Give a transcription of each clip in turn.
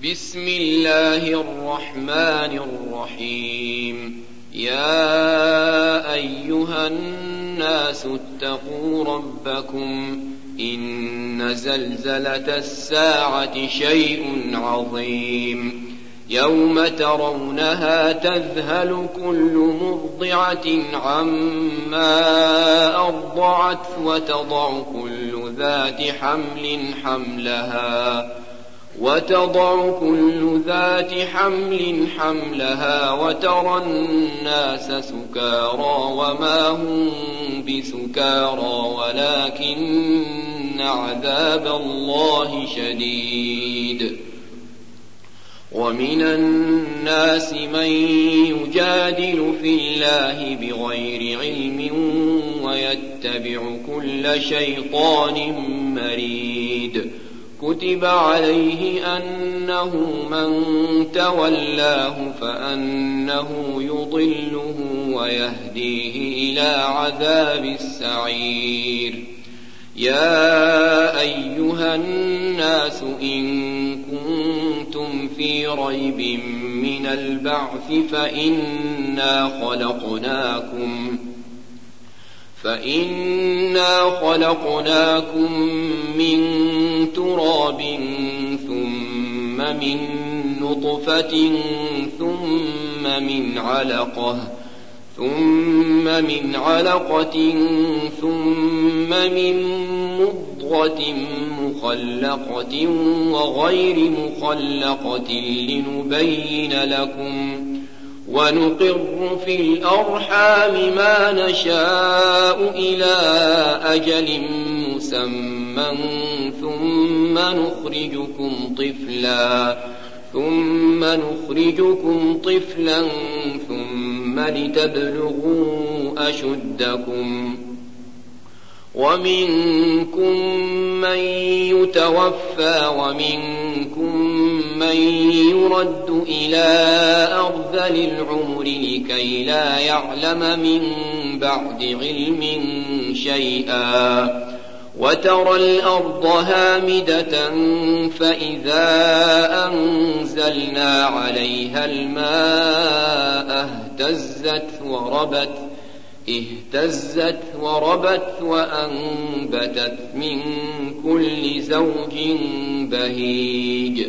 بسم الله الرحمن الرحيم. يا أيها الناس اتقوا ربكم إن زلزلة الساعة شيء عظيم يوم ترونها تذهل كل مرضعة عما أرضعت وتضع كل ذات حمل حملها وترى الناس سكارى وما هم بسكارى ولكن عذاب الله شديد. ومن الناس من يجادل في الله بغير علم ويتبع كل شيطان مريد. كتب عليه أنه من تولاه فأنه يضله ويهديه إلى عذاب السعير. يا أيها الناس إن كنتم في ريب من البعث فإنا خلقناكم من تراب ثم من نطفة ثم من علقة ثم من مضغة مخلقة وغير مخلقة لنبين لكم ونقر في الأرحام ما نشاء إلى أجل مسمى ثم نخرجكم طفلا ثم لتبلغوا أشدكم. ومنكم من يتوفى ومنكم من يرد إلى أرذل العمر لكي لا يعلم من بعد علم شيئا. وترى الأرض هامدة فإذا أنزلنا عليها الماء اهتزت وربت وأنبتت من كل زوج بهيج.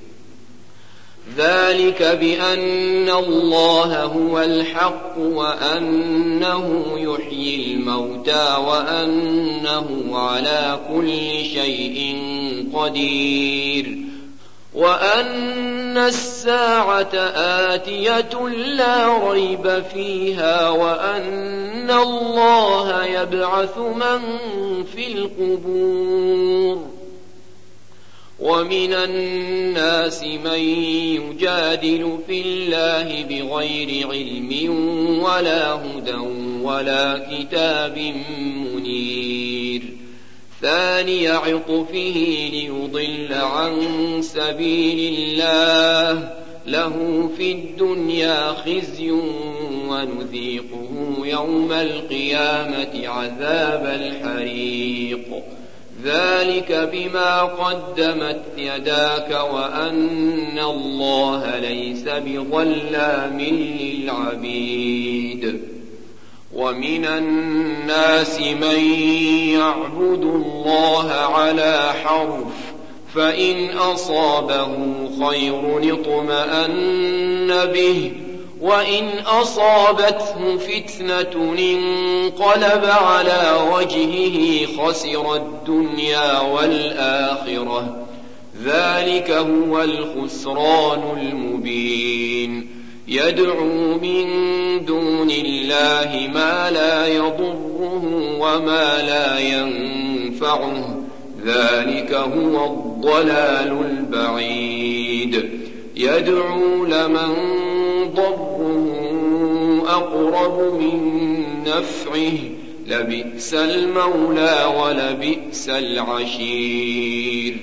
ذلك بأن الله هو الحق وأنه يحيي الموتى وأنه على كل شيء قدير وأن الساعة آتية لا ريب فيها وأن الله يبعث من في القبور. ومن الناس من يجادل في الله بغير علم ولا هدى ولا كتاب منير. ثاني عطفه ليضل عن سبيل الله له في الدنيا خزي ونذيقه يوم القيامة عذاب الحريق. ذلك بما قدمت يداك وأن الله ليس بظلام للعبيد. ومن الناس من يعبد الله على حرف فإن أصابه خير اطمأن به وإن أصابته فتنة انقلب على وجهه خسر الدنيا والآخرة. ذلك هو الخسران المبين. يدعو من دون الله ما لا يضره وما لا ينفعه. ذلك هو الضلال البعيد. يدعو لمن ضره أقرب من نفعه لبئس المولى ولبئس العشير.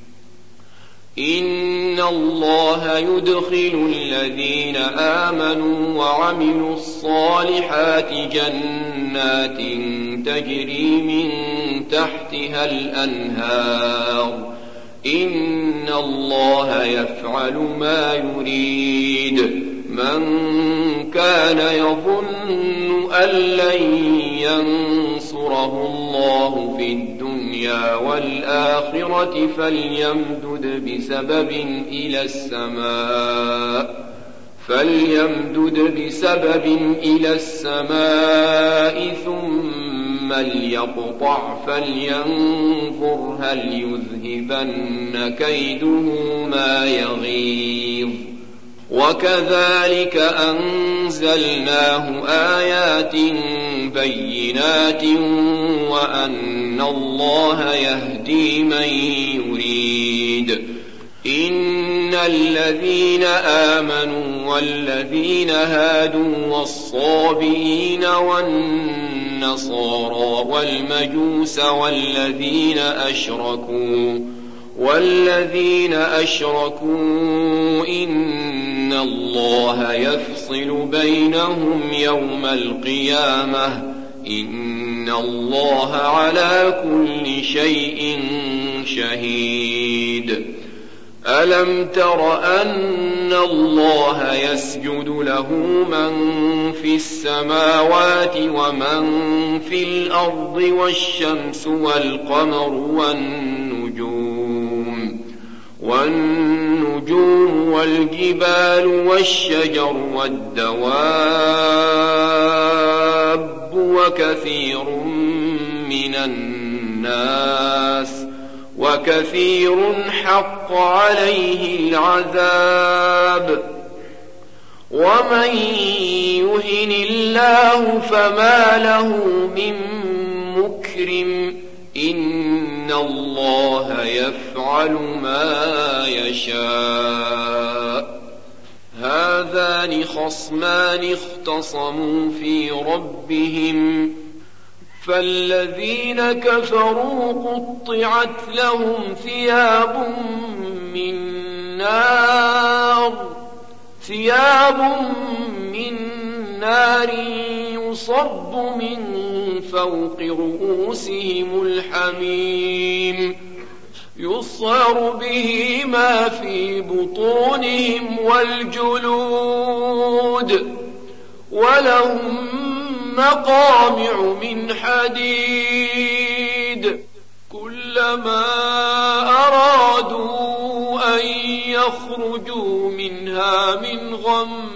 إن الله يدخل الذين آمنوا وعملوا الصالحات جنات تجري من تحتها الأنهار إن الله يفعل ما يريد. من كان يظن أن لن ينصره الله في الدنيا والآخرة فليمدد بسبب إلى السماء ثم ليقطع فلينظر هل يذهبن كيده ما يغيظ. وكذلك أنزلناه آيات بينات وأن الله يهدي من يريد. إن الذين آمنوا والذين هادوا والصابئين والنصارى والمجوس والذين أشركوا إن الله يفصل بينهم يوم القيامة إن الله على كل شيء شهيد. ألم تر أن الله يسجد له من في السماوات ومن في الأرض والشمس والقمر والنجوم والجبال والشجر والدواب وكثير حق عليه العذاب. ومن يهن الله فما له من مكرم إن الله يفعل ما يشاء. هذان خصمان اختصموا في ربهم فالذين كفروا قطعت لهم ثياب من نار يصب من فوق رؤوسهم الحميم يصهر به ما في بطونهم والجلود ولهم مقامع من حديد كلما أرادوا أن يخرجوا منها من غم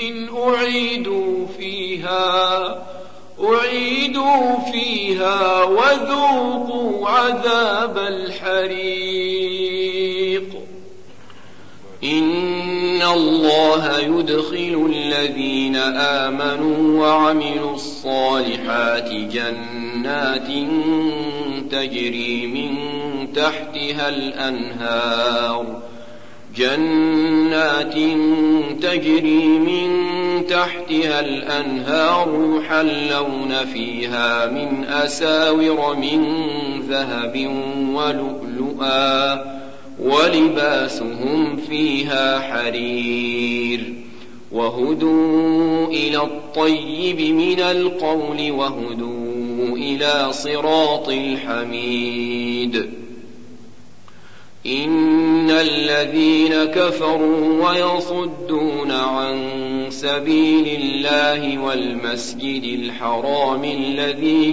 أعيدوا فيها وذوقوا عذاب الحريق. إن الله يدخل الذين آمنوا وعملوا الصالحات جنات تجري من تحتها الأنهار يحلون فيها من أساور من ذهب ولؤلؤا ولباسهم فيها حرير وهدوا إلى الطيب من القول وهدوا إلى صراط الحميد. إن الذين كفروا ويصدون عن سبيل الله والمسجد الحرام الذي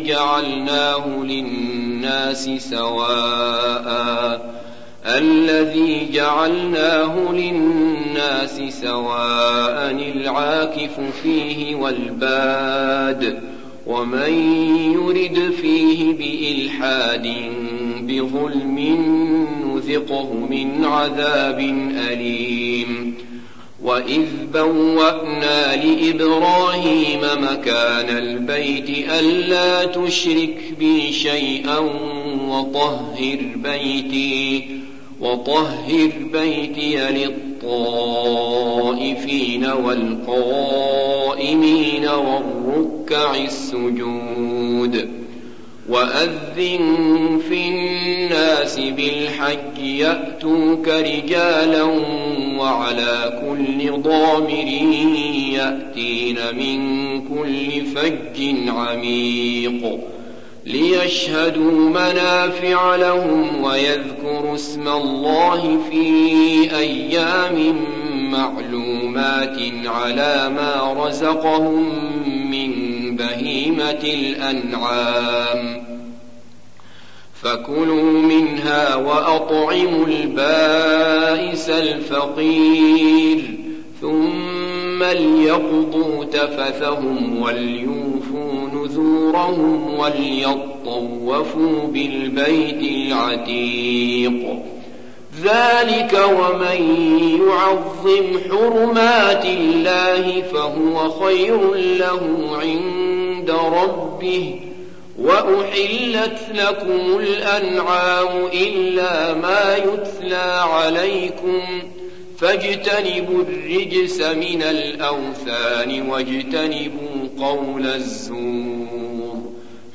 جعلناه للناس سواء العاكف فيه والباد ومن يرد فيه بإلحاد بظلم نذقه من عذاب أليم. وإذ بوأنا لإبراهيم مكان البيت ألا تشرك بي شيئا وطهر بيتي للطائفين والقائمين والركع السجود. وأذن في الناس بالحج يأتوك رجالا وعلى كل ضامر يأتين من كل فج عميق ليشهدوا منافع لهم ويذكروا اسم الله في أيام معلومات على ما رزقهم من بهيمة الأنعام فكلوا منها وأطعموا البائس الفقير ثم ليقضوا تفثهم وليوفوا نذورهم وليطوفوا بالبيت العتيق ذلك ومن يعظم حرمات الله فهو خير له عند ربه وأحلت لكم الأنعام إلا ما يتلى عليكم فاجتنبوا الرجس من الأوثان واجتنبوا قول الزور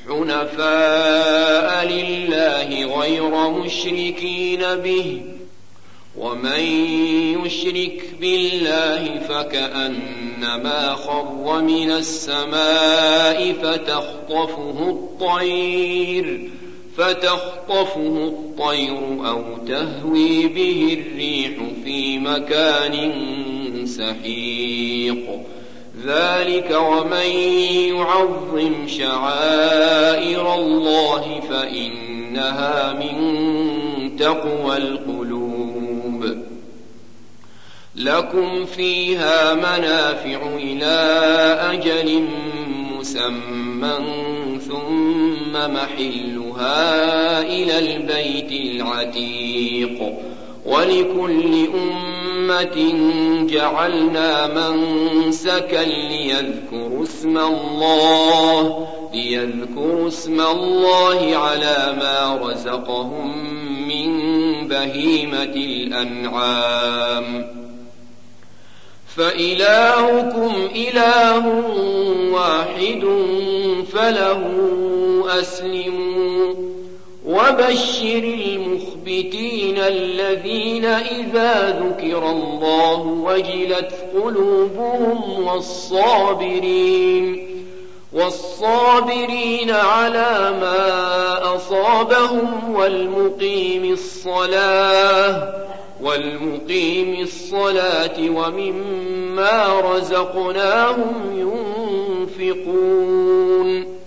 حنفاء لله غير مشركين به ومن يشرك بالله فكأنما خر من السماء فتخطفه الطير أو تهوي به الريح في مكان سحيق ذلك ومن يعظم شعائر الله فإنها من تقوى القلوب لكم فيها منافع إلى أجل مسمى ثم محلها إلى البيت العتيق ولكل أمة جعلنا منسكا ليذكروا اسم الله على ما رزقهم من بهيمة الأنعام فإلهكم إله واحد فله أسلموا وبشر المخبتين الذين إذا ذكر الله وجلت قلوبهم والصابرين على ما أصابهم والمقيم الصلاة ومما رزقناهم ينفقون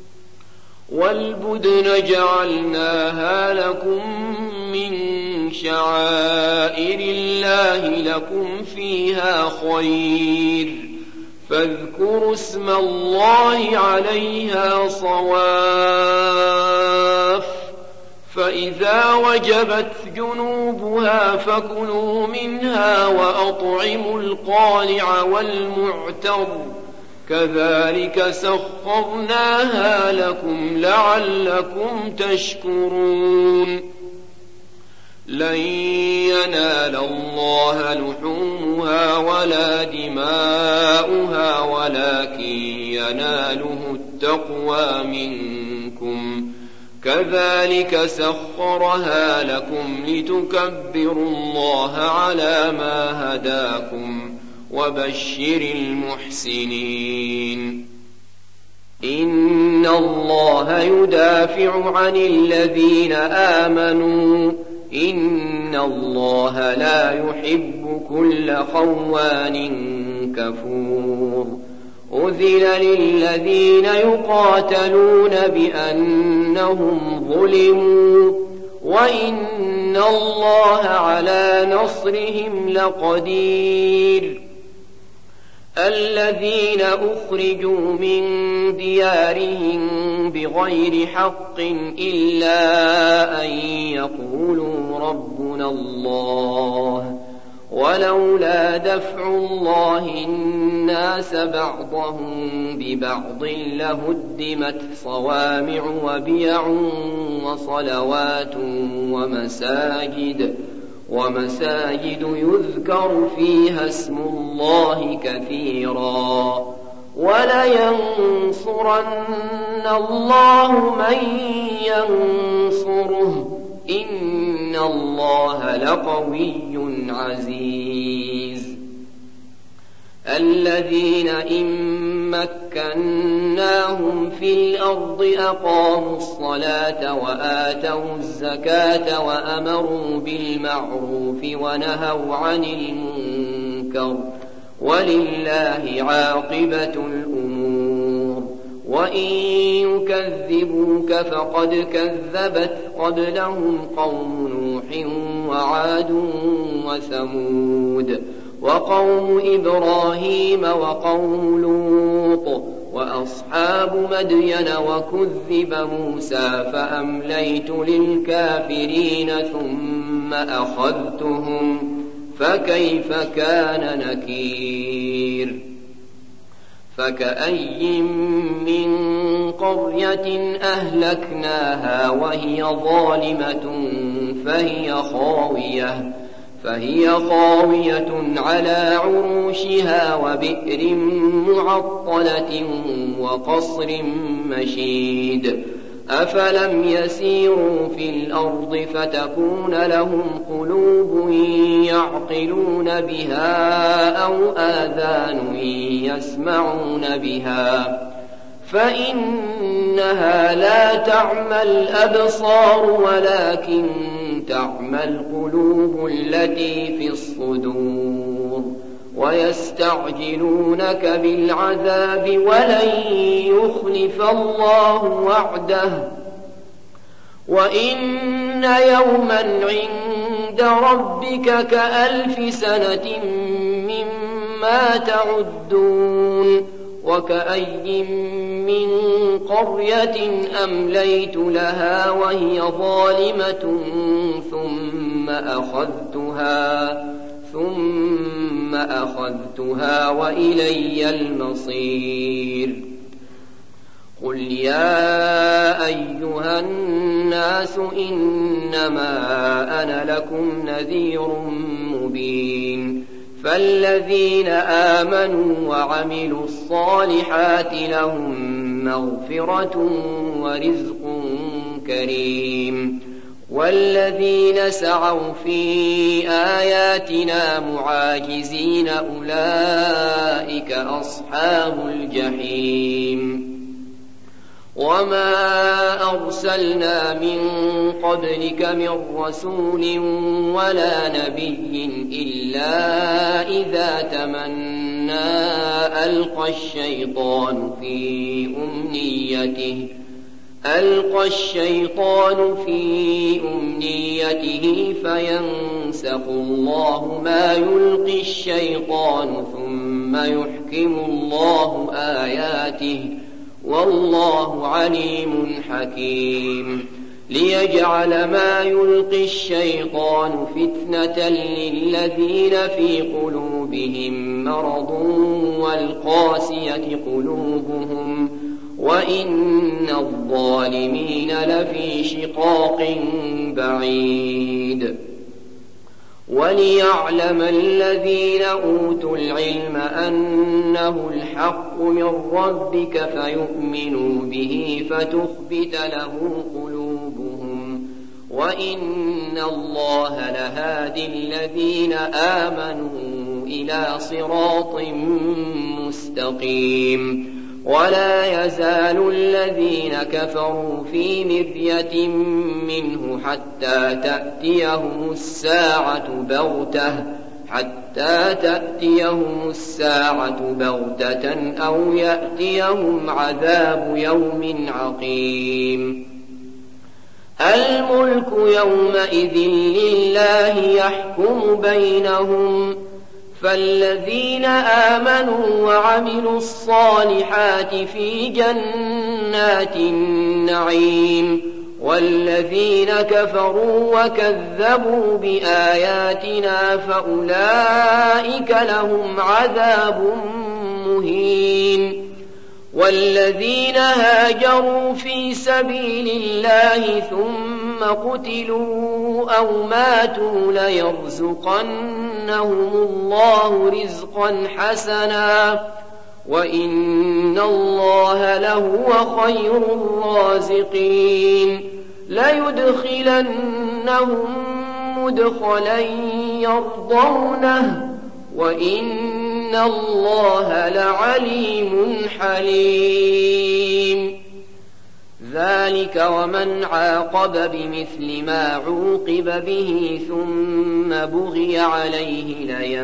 والبدن جعلناها لكم من شعائر الله لكم فيها خير فاذكروا اسم الله عليها صواف فإذا وجبت جنوبها فكلوا منها وأطعموا القانع والمعتر كذلك سخرناها لكم لعلكم تشكرون لن ينال الله لحومها ولا دماؤها ولكن يناله التقوى منكم كذلك سخرها لكم لتكبروا الله على ما هداكم وبشر المحسنين إن الله يدافع عن الذين آمنوا إن الله لا يحب كل خوان كفور أذن للذين يقاتلون بأنهم ظلموا وإن الله على نصرهم لقدير الذين أخرجوا من ديارهم بغير حق إلا أن يقولوا ربنا الله ولولا دفع الله الناس بعضهم ببعض لهدمت صوامع وبيع وصلوات ومساجد يذكر فيها اسم الله كثيرا ولينصرن الله من ينصره إن الله لقوي عزيز الذين إن مكناهم في الأرض أقاموا الصلاة وآتوا الزكاة وأمروا بالمعروف ونهوا عن المنكر ولله عاقبة الأمور. وإن يكذبوك فقد كذبت قبلهم قوم نوح وعاد وثمود وقوم إبراهيم وقوم لوط وأصحاب مدين وكذب موسى فأمليت للكافرين ثم أخذتهم فكيف كان نكير. فكأي من قرية أهلكناها وهي ظالمة فهي خاوية على عروشها وبئر معطلة وقصر مشيد. أفلم يسيروا في الأرض فتكون لهم قلوب يعقلون بها أو آذان يسمعون بها فإنها لا تعمى الأبصار ولكن تعمى القلوب التي في الصدور. ويستعجلونك بالعذاب ولن يخلف الله وعده وإن يوما عند ربك كألف سنة مما تعدون. وكأي من قرية أمليت لها وهي ظالمة ثم أخذتها وإلي المصير. قل يا أيها الناس إنما أنا لكم نذير مبين. فالذين آمنوا وعملوا الصالحات لهم مغفرة ورزق كريم. والذين سعوا في آياتنا معاجزين أولئك أصحاب الجحيم. وما أرسلنا من قبلك من رسول ولا نبي إلا إذا تمنى ألقى الشيطان في أمنيته فينسخ الله ما يلقي الشيطان ثم يحكم الله آياته والله عليم حكيم. ليجعل ما يلقي الشيطان فتنة للذين في قلوبهم مرض والقاسية قلوبهم وإن الظالمين لفي شقاق بعيد. وليعلم الذين أوتوا العلم أنه الحق من ربك فيؤمنوا به فتخبت له قلوبهم وإن الله لهادي الذين آمنوا إلى صراط مستقيم. ولا يزال الذين كفروا في مرية منه حتى تأتيهم الساعة بغتة أو يأتيهم عذاب يوم عقيم. الملك يومئذ لله يحكم بينهم. فالذين آمنوا وعملوا الصالحات في جنات النعيم والذين كفروا وكذبوا بآياتنا فأولئك لهم عذاب مهين. والذين هاجروا في سبيل الله ثم قتلوا أو ماتوا ليرزقنهم الله رزقا حسنا وإن الله لهو خير الرازقين. ليدخلنهم مدخلا يرضونه وإن إن الله لعليم حليم. ذلك ومن عاقب بمثل ما عوقب به ثم بغي عليه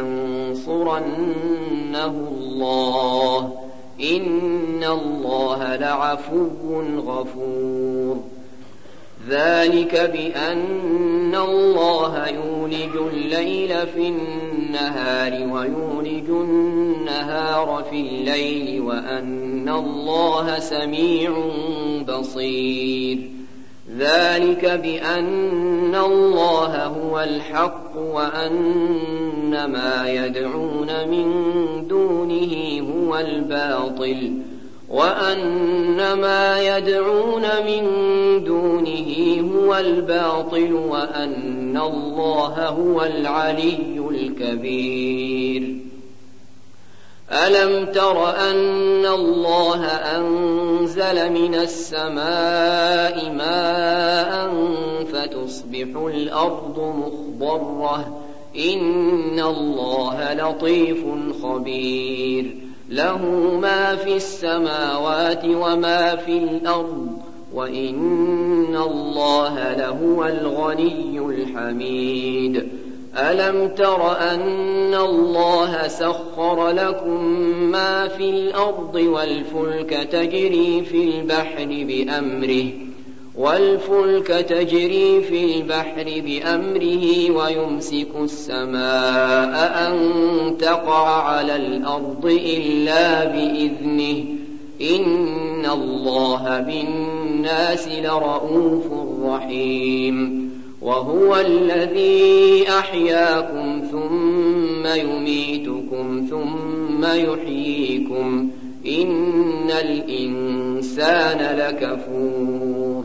لينصرنه الله إن الله لعفو غفور. ذلك بأن الله يولج الليل في النهار ويولج النهار في الليل وأن الله سميع بصير. ذلك بأن الله هو الحق وأن ما يدعون من دونه هو الباطل وأن الله هو العلي الكبير. ألم تر أن الله أنزل من السماء ماء فتصبح الأرض مخضرة إن الله لطيف خبير. له ما في السماوات وما في الأرض وإن الله لهو الغني الحميد. ألم تر أن الله سخر لكم ما في الأرض والفلك تجري في البحر بأمره ويمسك السماء أن تقع على الأرض إلا بإذنه إن الله بالناس لرءوف رحيم. وهو الذي أحياكم ثم يميتكم ثم يحييكم إن الإنسان لكفور.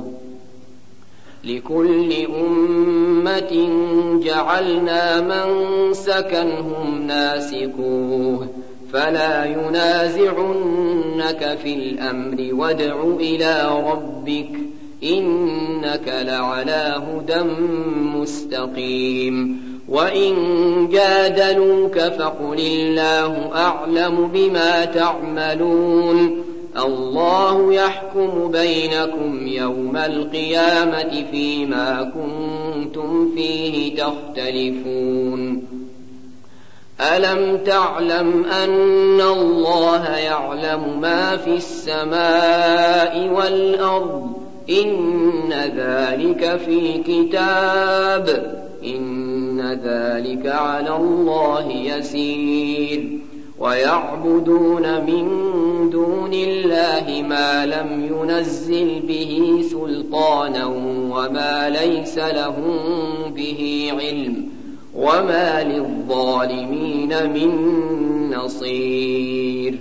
لكل أمة جعلنا منسكا هم ناسكوه فلا ينازعنك في الأمر وادع إلى ربك إنك لعلى هدى مستقيم. وإن جادلوك فقل الله أعلم بما تعملون الله يحكم بينكم يوم القيامة فيما كنتم فيه تختلفون. ألم تعلم أن الله يعلم ما في السماء والأرض إن ذلك في كتاب إن ذلك على الله يسير. ويعبدون من دون الله ما لم ينزل به سلطانا وما ليس لهم به علم وما للظالمين من نصير.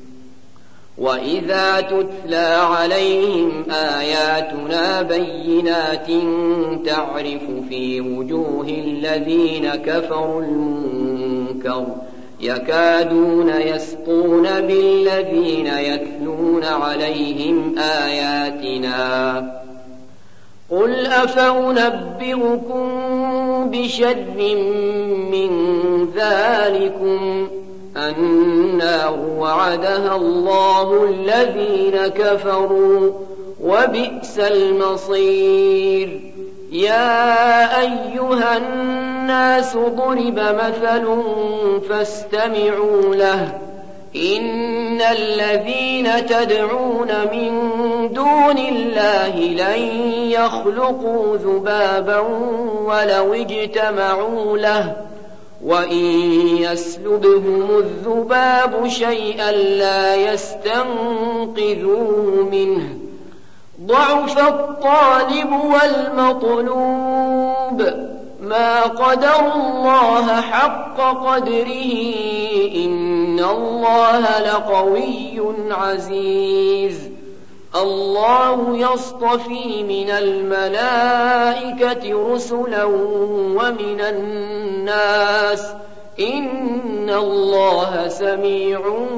وإذا تتلى عليهم آياتنا بينات تعرف في وجوه الذين كفروا المنكر يكادون يسطون بالذين يتلون عليهم آياتنا. قل أفأنبئكم بشر من ذلكم النار وعدها الله الذين كفروا وبئس المصير. يا أيها الناس ضرب مثل فاستمعوا له إن الذين تدعون من دون الله لن يخلقوا ذبابا ولو اجتمعوا له وإن يسلبهم الذباب شيئا لا يستنقذوه منه ضعف الطالب والمطلوب ما قدروا الله حق قدره إن الله لقوي عزيز. الله يصطفي من الملائكة رسلا ومن الناس إن الله سميع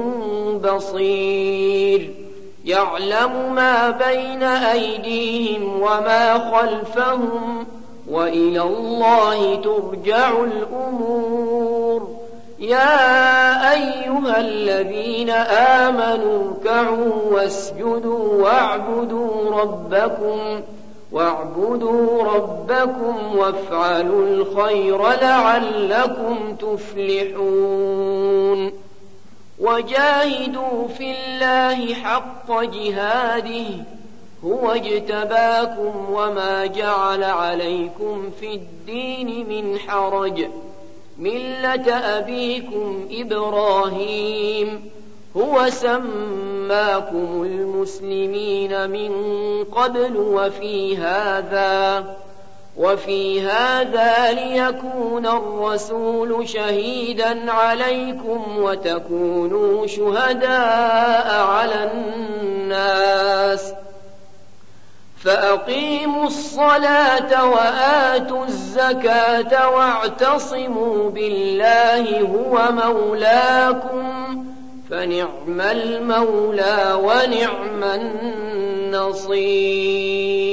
بصير. يعلم ما بين أيديهم وما خلفهم وإلى الله ترجع الأمور. يا أيها أيها الذين آمنوا اركعوا واسجدوا واعبدوا ربكم وافعلوا الخير لعلكم تفلحون وجاهدوا في الله حق جهاده هو اجتباكم وما جعل عليكم في الدين من حرج ملة أبيكم إبراهيم هو سماكم المسلمين من قبل وفي هذا ليكون الرسول شهيدا عليكم وتكونوا شهداء على الناس فأقيموا الصلاة وآتوا الزكاة واعتصموا بالله هو مولاكم فنعم المولى ونعم النصير.